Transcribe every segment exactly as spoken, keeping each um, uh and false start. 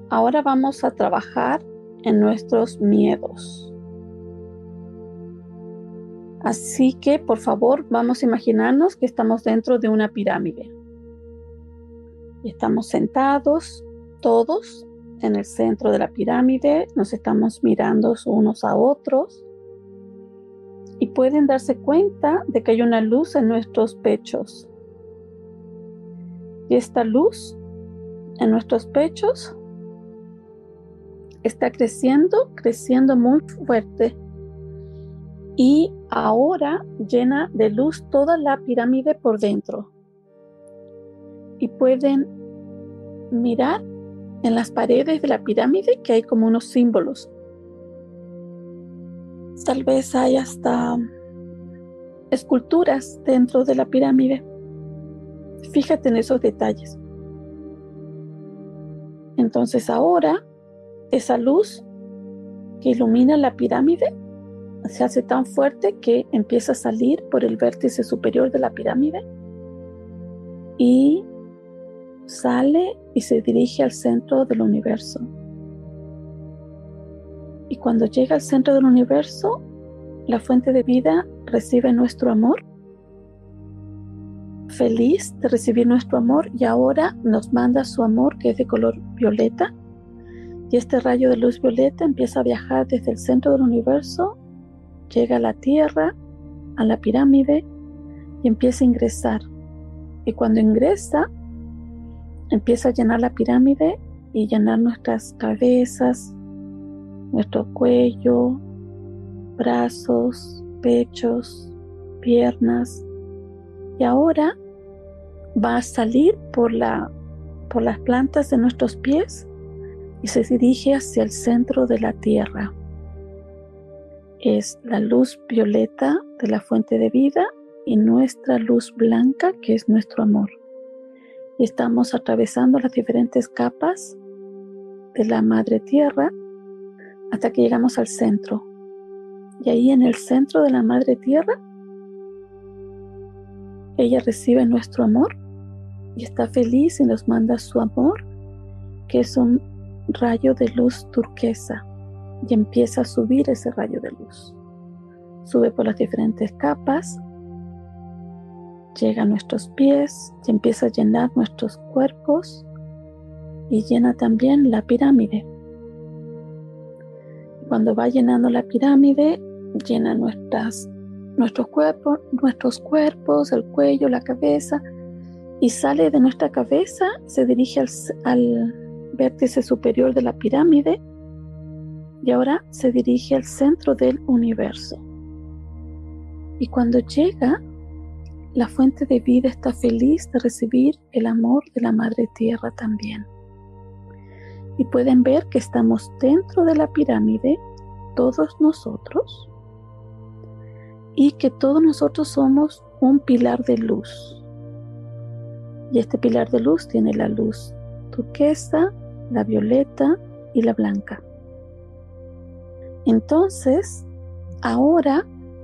ahora vamos a trabajar en nuestros miedos. Así que, por favor, vamos a imaginarnos que estamos dentro de una pirámide. Y estamos sentados todos en el centro de la pirámide, nos estamos mirando unos a otros y pueden darse cuenta de que hay una luz en nuestros pechos. Y esta luz en nuestros pechos está creciendo, creciendo muy fuerte. Y ahora llena de luz toda la pirámide por dentro. Y pueden mirar en las paredes de la pirámide que hay como unos símbolos. Tal vez hay hasta esculturas dentro de la pirámide. Fíjate en esos detalles. Entonces ahora esa luz que ilumina la pirámide se hace tan fuerte que empieza a salir por el vértice superior de la pirámide y sale y se dirige al centro del universo. Y cuando llega al centro del universo, la fuente de vida recibe nuestro amor, feliz de recibir nuestro amor, y ahora nos manda su amor, que es de color violeta, y este rayo de luz violeta empieza a viajar desde el centro del universo, llega a la Tierra, a la pirámide, y empieza a ingresar. Y cuando ingresa, empieza a llenar la pirámide y llenar nuestras cabezas, nuestro cuello, brazos, pechos, piernas. Y ahora va a salir por, la, por las plantas de nuestros pies y se dirige hacia el centro de la Tierra. Es la luz violeta de la fuente de vida y nuestra luz blanca, que es nuestro amor. Y estamos atravesando las diferentes capas de la Madre Tierra hasta que llegamos al centro. Y ahí en el centro de la Madre Tierra, ella recibe nuestro amor y está feliz y nos manda su amor, que es un rayo de luz turquesa. Y empieza a subir ese rayo de luz. Sube por las diferentes capas, llega a nuestros pies y empieza a llenar nuestros cuerpos y llena también la pirámide. Cuando va llenando la pirámide, llena nuestras, nuestros cuerpos, nuestros cuerpos, el cuello, la cabeza, y sale de nuestra cabeza, se dirige al, al vértice superior de la pirámide. Y ahora se dirige al centro del universo. Y cuando llega, la fuente de vida está feliz de recibir el amor de la Madre Tierra también. Y pueden ver que estamos dentro de la pirámide, todos nosotros, y que todos nosotros somos un pilar de luz. Y este pilar de luz tiene la luz turquesa, la violeta y la blanca. Entonces, ahora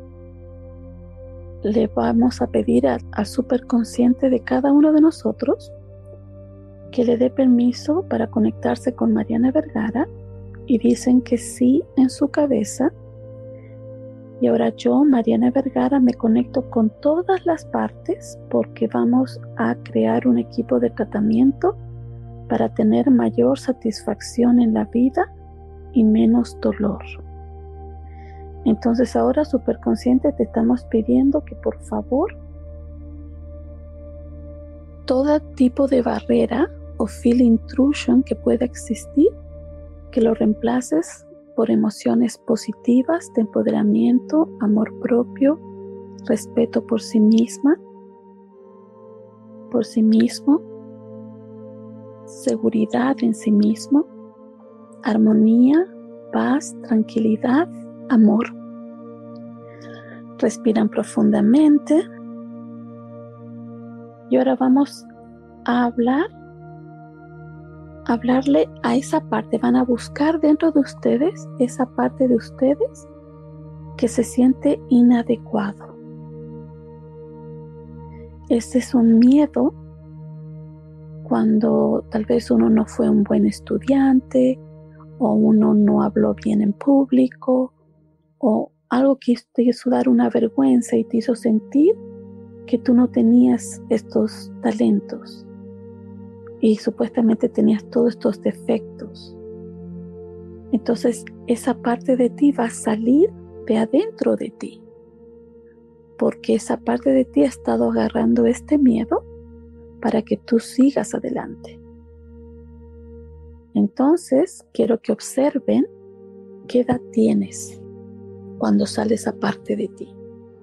le vamos a pedir al, al superconsciente de cada uno de nosotros que le dé permiso para conectarse con Mariana Vergara, y dicen que sí en su cabeza. Y ahora yo, Mariana Vergara, me conecto con todas las partes porque vamos a crear un equipo de tratamiento para tener mayor satisfacción en la vida y menos dolor. Entonces ahora, superconsciente, te estamos pidiendo que por favor todo tipo de barrera o field intrusion que pueda existir, que lo reemplaces por emociones positivas de empoderamiento, amor propio, respeto por sí misma, por sí mismo, seguridad en sí mismo, armonía, paz, tranquilidad, amor. Respiran profundamente. Y ahora vamos a hablar, a hablarle a esa parte. Van a buscar dentro de ustedes esa parte de ustedes que se siente inadecuado. Este es un miedo cuando tal vez uno no fue un buen estudiante, o uno no habló bien en público, o algo que te hizo dar una vergüenza y te hizo sentir que tú no tenías estos talentos y supuestamente tenías todos estos defectos. Entonces esa parte de ti va a salir de adentro de ti, porque esa parte de ti ha estado agarrando este miedo para que tú sigas adelante. Entonces quiero que observen qué edad tienes cuando sale esa parte de ti.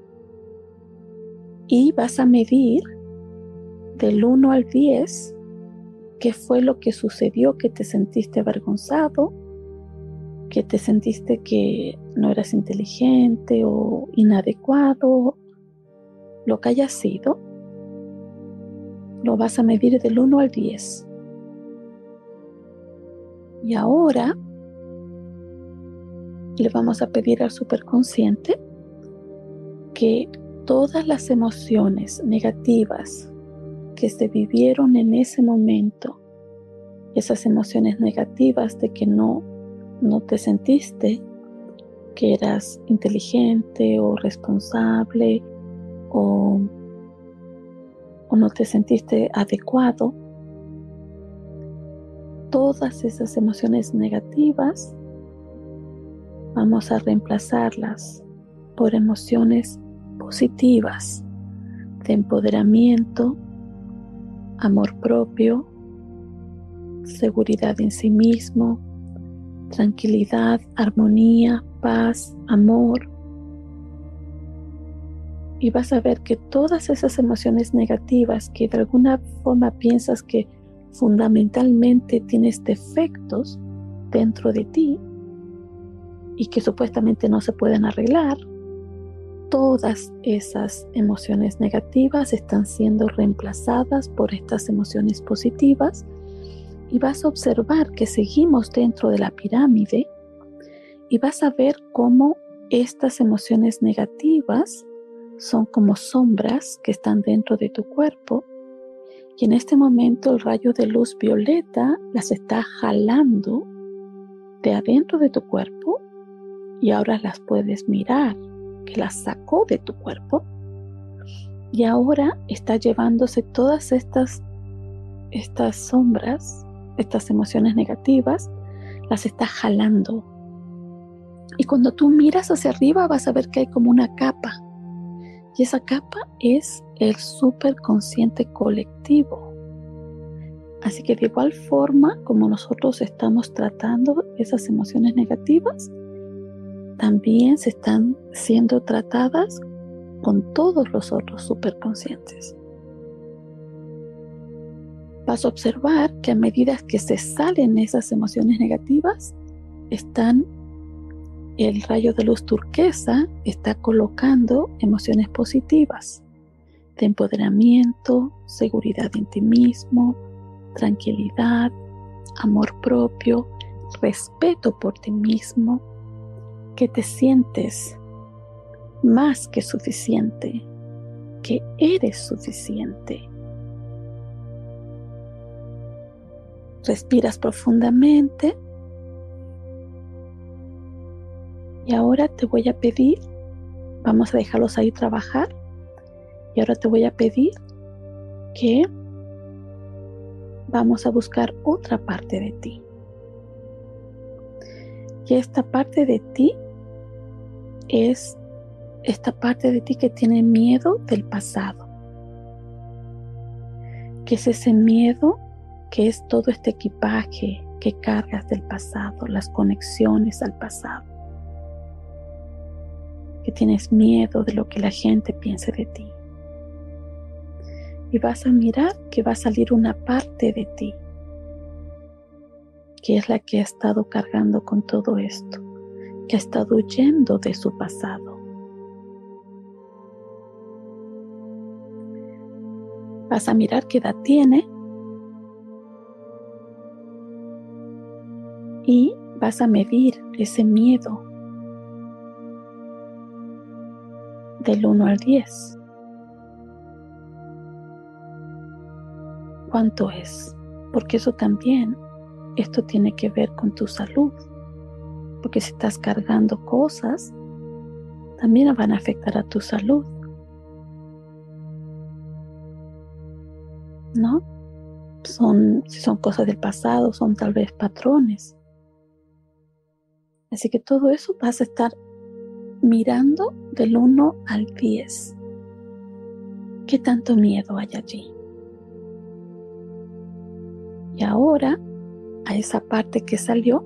Y vas a medir del uno al diez qué fue lo que sucedió, que te sentiste avergonzado, que te sentiste que no eras inteligente o inadecuado, lo que haya sido, lo vas a medir del uno al diez. Y ahora le vamos a pedir al superconsciente que todas las emociones negativas que se vivieron en ese momento, esas emociones negativas de que no, no te sentiste que eras inteligente o responsable o, o no te sentiste adecuado, todas esas emociones negativas vamos a reemplazarlas por emociones positivas de empoderamiento, amor propio, seguridad en sí mismo, tranquilidad, armonía, paz, amor. Y vas a ver que todas esas emociones negativas que de alguna forma piensas que fundamentalmente tienes defectos dentro de ti y que supuestamente no se pueden arreglar, todas esas emociones negativas están siendo reemplazadas por estas emociones positivas y vas a observar que seguimos dentro de la pirámide y vas a ver cómo estas emociones negativas son como sombras que están dentro de tu cuerpo y en este momento el rayo de luz violeta las está jalando de adentro de tu cuerpo y ahora las puedes mirar, que las sacó de tu cuerpo y ahora está llevándose todas estas, estas sombras, estas emociones negativas, las está jalando. Y cuando tú miras hacia arriba vas a ver que hay como una capa y esa capa es el superconsciente colectivo. Así que de igual forma como nosotros estamos tratando esas emociones negativas, también se están siendo tratadas con todos los otros superconscientes. Vas a observar que a medida que se salen esas emociones negativas, están, el rayo de luz turquesa está colocando emociones positivas de empoderamiento, seguridad en ti mismo, tranquilidad, amor propio, respeto por ti mismo, que te sientes más que suficiente, que eres suficiente. Respiras profundamente y ahora te voy a pedir, vamos a dejarlos ahí trabajar y ahora te voy a pedir que vamos a buscar otra parte de ti. Y esta parte de ti es esta parte de ti que tiene miedo del pasado, que es ese miedo que es todo este equipaje que cargas del pasado, las conexiones al pasado, que tienes miedo de lo que la gente piense de ti. Y vas a mirar que va a salir una parte de ti, que es la que ha estado cargando con todo esto, que ha estado huyendo de su pasado. Vas a mirar qué edad tiene y vas a medir ese miedo del uno al diez. ¿Cuánto es? porque eso también, esto tiene que ver con tu salud, porque si estás cargando cosas, también van a afectar a tu salud, ¿no? Son, si son cosas del pasado, son tal vez patrones. Así que todo eso vas a estar mirando del uno al diez. ¿Qué tanto miedo hay allí? Y ahora, a esa parte que salió,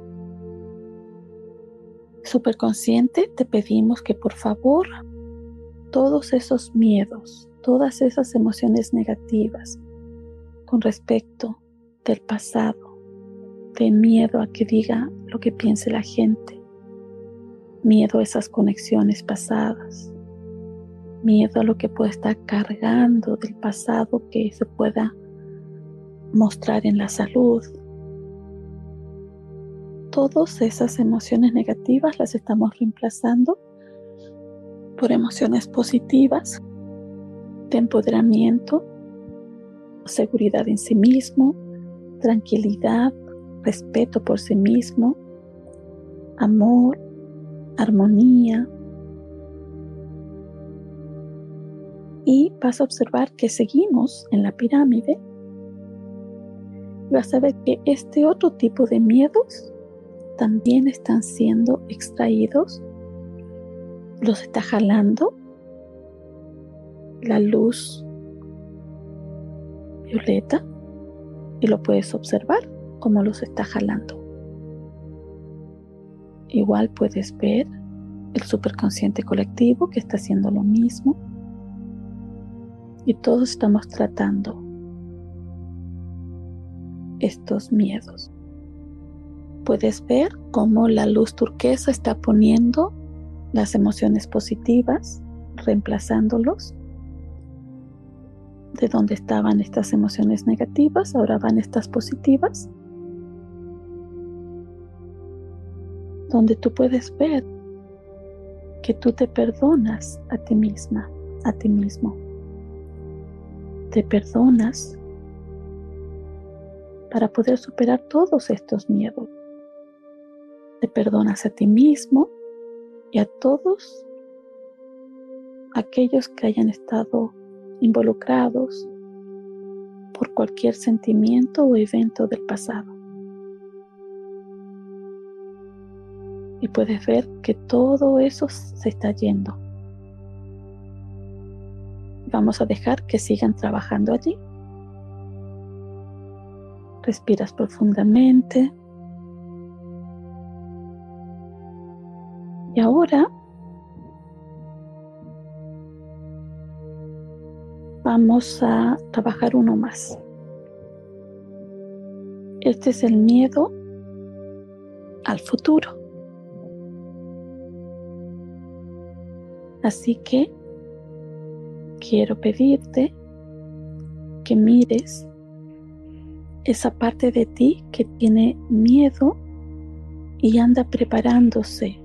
superconsciente, te pedimos que por favor, todos esos miedos, todas esas emociones negativas con respecto del pasado, de miedo a que diga lo que piense la gente, miedo a esas conexiones pasadas, miedo a lo que pueda estar cargando del pasado que se pueda mostrar en la salud. Todas esas emociones negativas las estamos reemplazando por emociones positivas de empoderamiento, seguridad en sí mismo, tranquilidad, respeto por sí mismo, amor, armonía. Y vas a observar que seguimos en la pirámide. Vas a ver que este otro tipo de miedos también están siendo extraídos. Los está jalando la luz violeta y lo puedes observar cómo los está jalando. Igual puedes ver el superconsciente colectivo que está haciendo lo mismo y todos estamos tratando estos miedos. Puedes ver cómo la luz turquesa está poniendo las emociones positivas, reemplazándolos. De donde estaban estas emociones negativas, ahora van estas positivas. Donde tú puedes ver que tú te perdonas a ti misma, a ti mismo. Te perdonas para poder superar todos estos miedos. Te perdonas a ti mismo y a todos aquellos que hayan estado involucrados por cualquier sentimiento o evento del pasado. Y puedes ver que todo eso se está yendo. Vamos a dejar que sigan trabajando allí. Respiras profundamente. Y ahora vamos a trabajar uno más. Este es el miedo al futuro. Así que quiero pedirte que mires esa parte de ti que tiene miedo y anda preparándose.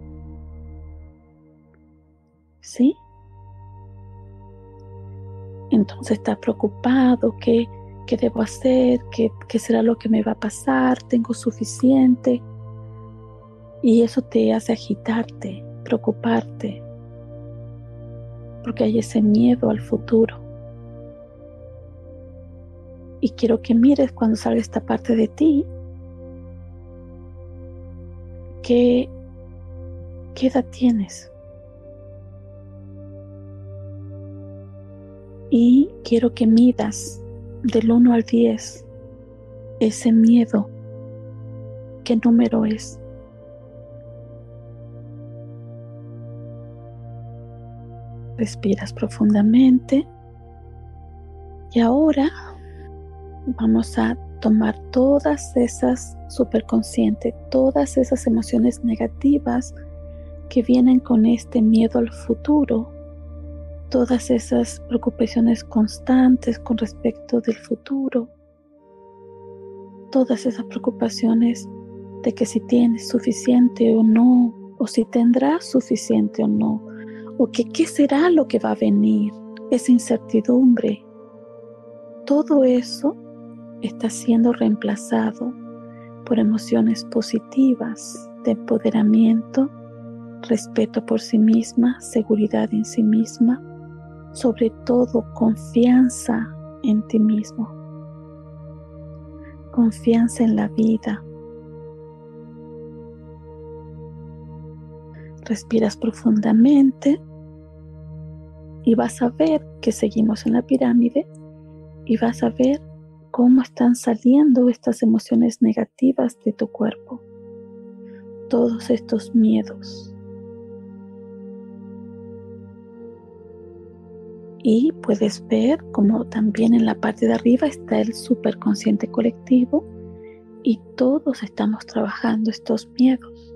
¿Sí? Entonces está preocupado, ¿qué, qué debo hacer? ¿Qué, ¿Qué será lo que me va a pasar? ¿Tengo suficiente? Y eso te hace agitarte, preocuparte, porque hay ese miedo al futuro. Y quiero que mires cuando salga esta parte de ti, ¿qué, qué edad tienes? Y quiero que midas del uno al diez ese miedo. ¿Qué número es? Respiras profundamente. Y ahora vamos a tomar todas esas superconscientes, todas esas emociones negativas que vienen con este miedo al futuro. Todas esas preocupaciones constantes con respecto del futuro, todas esas preocupaciones de que si tienes suficiente o no, o si tendrás suficiente o no, o que qué será lo que va a venir, esa incertidumbre. Todo eso está siendo reemplazado por emociones positivas de empoderamiento, respeto por sí misma, seguridad en sí misma, sobre todo confianza en ti mismo, confianza en la vida. Respiras profundamente y vas a ver que seguimos en la pirámide y vas a ver cómo están saliendo estas emociones negativas de tu cuerpo, todos estos miedos. Y puedes ver como también en la parte de arriba está el superconsciente colectivo y todos estamos trabajando estos miedos.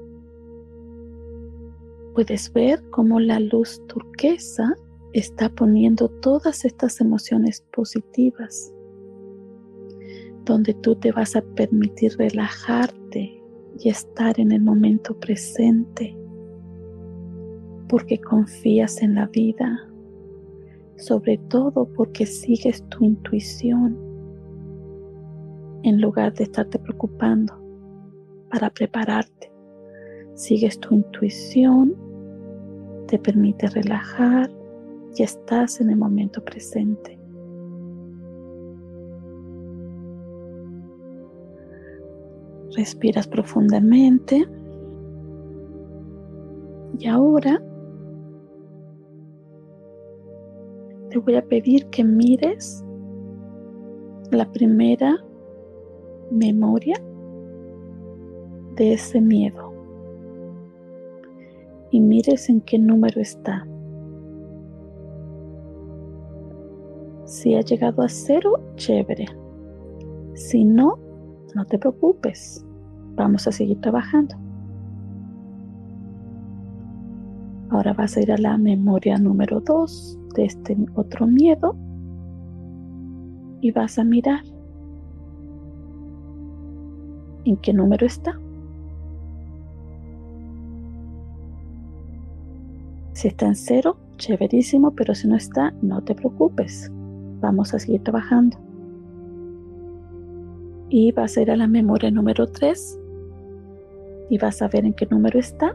Puedes ver cómo la luz turquesa está poniendo todas estas emociones positivas, donde tú te vas a permitir relajarte y estar en el momento presente, porque confías en la vida, sobre todo porque sigues tu intuición, en lugar de estarte preocupando para prepararte. Sigues tu intuición, te permite relajar y estás en el momento presente. Respiras profundamente y ahora te voy a pedir que mires la primera memoria de ese miedo y mires en qué número está. Si ha llegado a cero, chévere. Si no, no te preocupes. Vamos a seguir trabajando. Ahora vas a ir a la memoria número dos de este otro miedo y vas a mirar en qué número está. Si está en cero, chéverísimo, pero si no está, no te preocupes. Vamos a seguir trabajando. Y vas a ir a la memoria número tres y vas a ver en qué número está.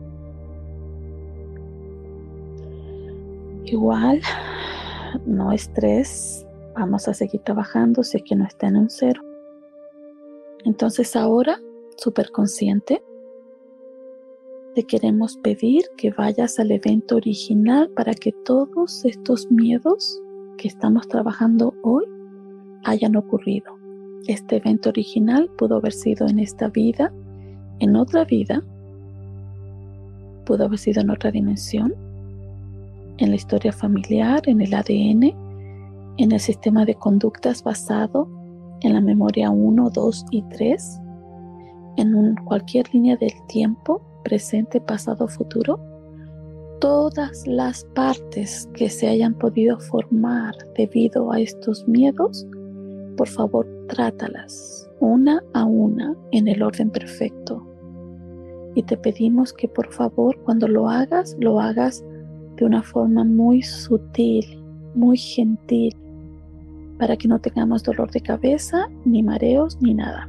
Igual, no estrés, vamos a seguir trabajando si es que no está en un cero. Entonces ahora, súper consciente, te queremos pedir que vayas al evento original para que todos estos miedos que estamos trabajando hoy hayan ocurrido. Este evento original pudo haber sido en esta vida, en otra vida, pudo haber sido en otra dimensión, en la historia familiar, en el A D N, en el sistema de conductas basado en la memoria uno, dos y tres, en un, cualquier línea del tiempo, presente, pasado, futuro. Todas las partes que se hayan podido formar debido a estos miedos, por favor, trátalas una a una en el orden perfecto. Y te pedimos que por favor, cuando lo hagas, lo hagas de una forma muy sutil, muy gentil, para que no tengamos dolor de cabeza, ni mareos, ni nada.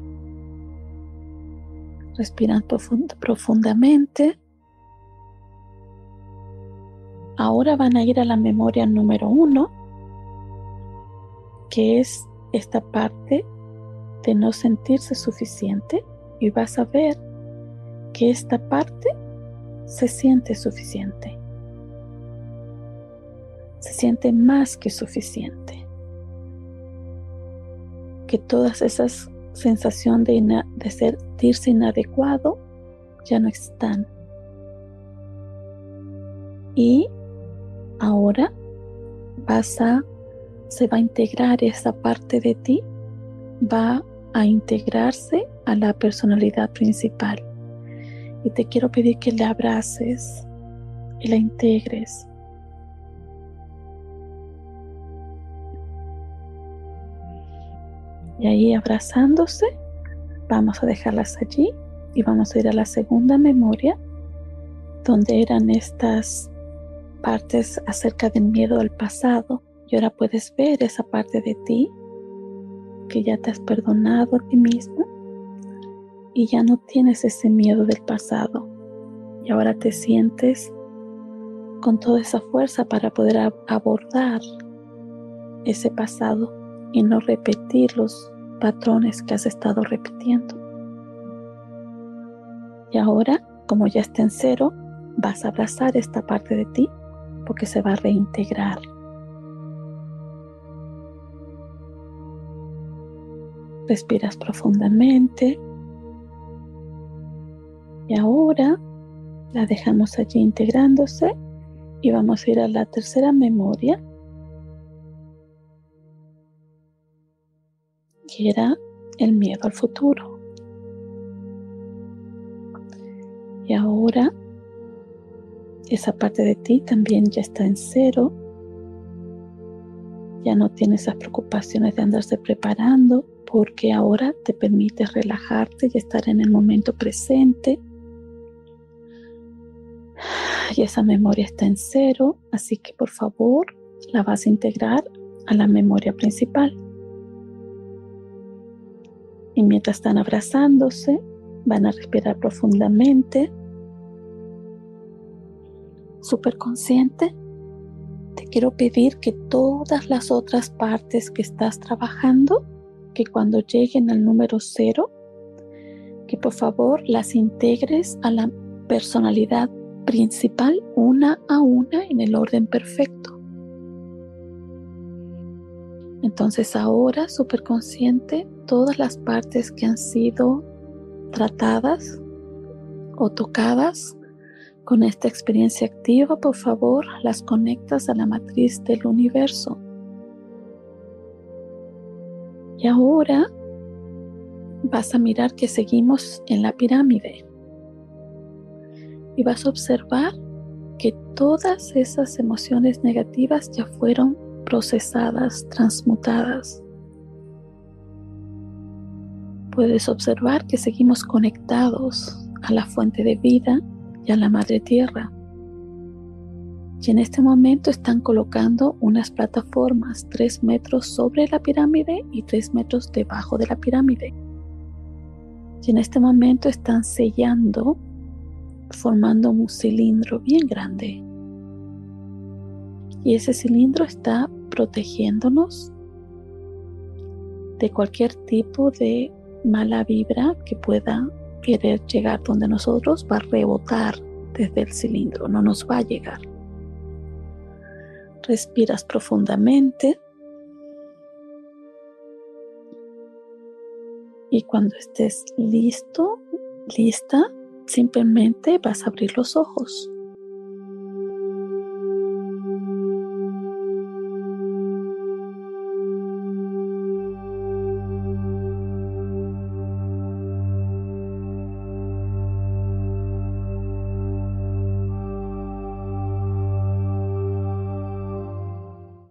Respiran profund- profundamente. Ahora van a ir a la memoria número uno, que es esta parte de no sentirse suficiente, y vas a ver que esta parte se siente suficiente. Se siente más que suficiente. Que todas esas sensaciones de, ina- de sentirse inadecuado ya no están. Y ahora vas a, se va a integrar esa parte de ti, va a integrarse a la personalidad principal. Y te quiero pedir que la abraces y la integres. Y ahí abrazándose, vamos a dejarlas allí y vamos a ir a la segunda memoria, donde eran estas partes acerca del miedo al pasado. Y ahora puedes ver esa parte de ti que ya te has perdonado a ti mismo y ya no tienes ese miedo del pasado. Y ahora te sientes con toda esa fuerza para poder ab- abordar ese pasado y no repetir los patrones que has estado repitiendo. Y ahora, como ya está en cero, vas a abrazar esta parte de ti porque se va a reintegrar. Respiras profundamente y ahora la dejamos allí integrándose y vamos a ir a la tercera memoria, que era el miedo al futuro. Y ahora esa parte de ti también ya está en cero. Ya no tienes esas preocupaciones de andarse preparando porque ahora te permites relajarte y estar en el momento presente. Y esa memoria está en cero, así que por favor la vas a integrar a la memoria principal. Y mientras están abrazándose, van a respirar profundamente. Súper consciente, te quiero pedir que todas las otras partes que estás trabajando, que cuando lleguen al número cero, que por favor las integres a la personalidad principal una a una en el orden perfecto. Entonces ahora, súper consciente, todas las partes que han sido tratadas o tocadas con esta experiencia activa, por favor, las conectas a la matriz del universo. Y ahora vas a mirar que seguimos en la pirámide. Y vas a observar que todas esas emociones negativas ya fueron procesadas, transmutadas. Puedes observar que seguimos conectados a la fuente de vida y a la madre tierra. Y en este momento están colocando unas plataformas tres metros sobre la pirámide y tres metros debajo de la pirámide. Y en este momento están sellando, formando un cilindro bien grande. Y ese cilindro está protegiéndonos de cualquier tipo de mala vibra que pueda querer llegar donde nosotros. Va a rebotar desde el cilindro, no nos va a llegar. Respiras profundamente y cuando estés listo, lista, simplemente vas a abrir los ojos.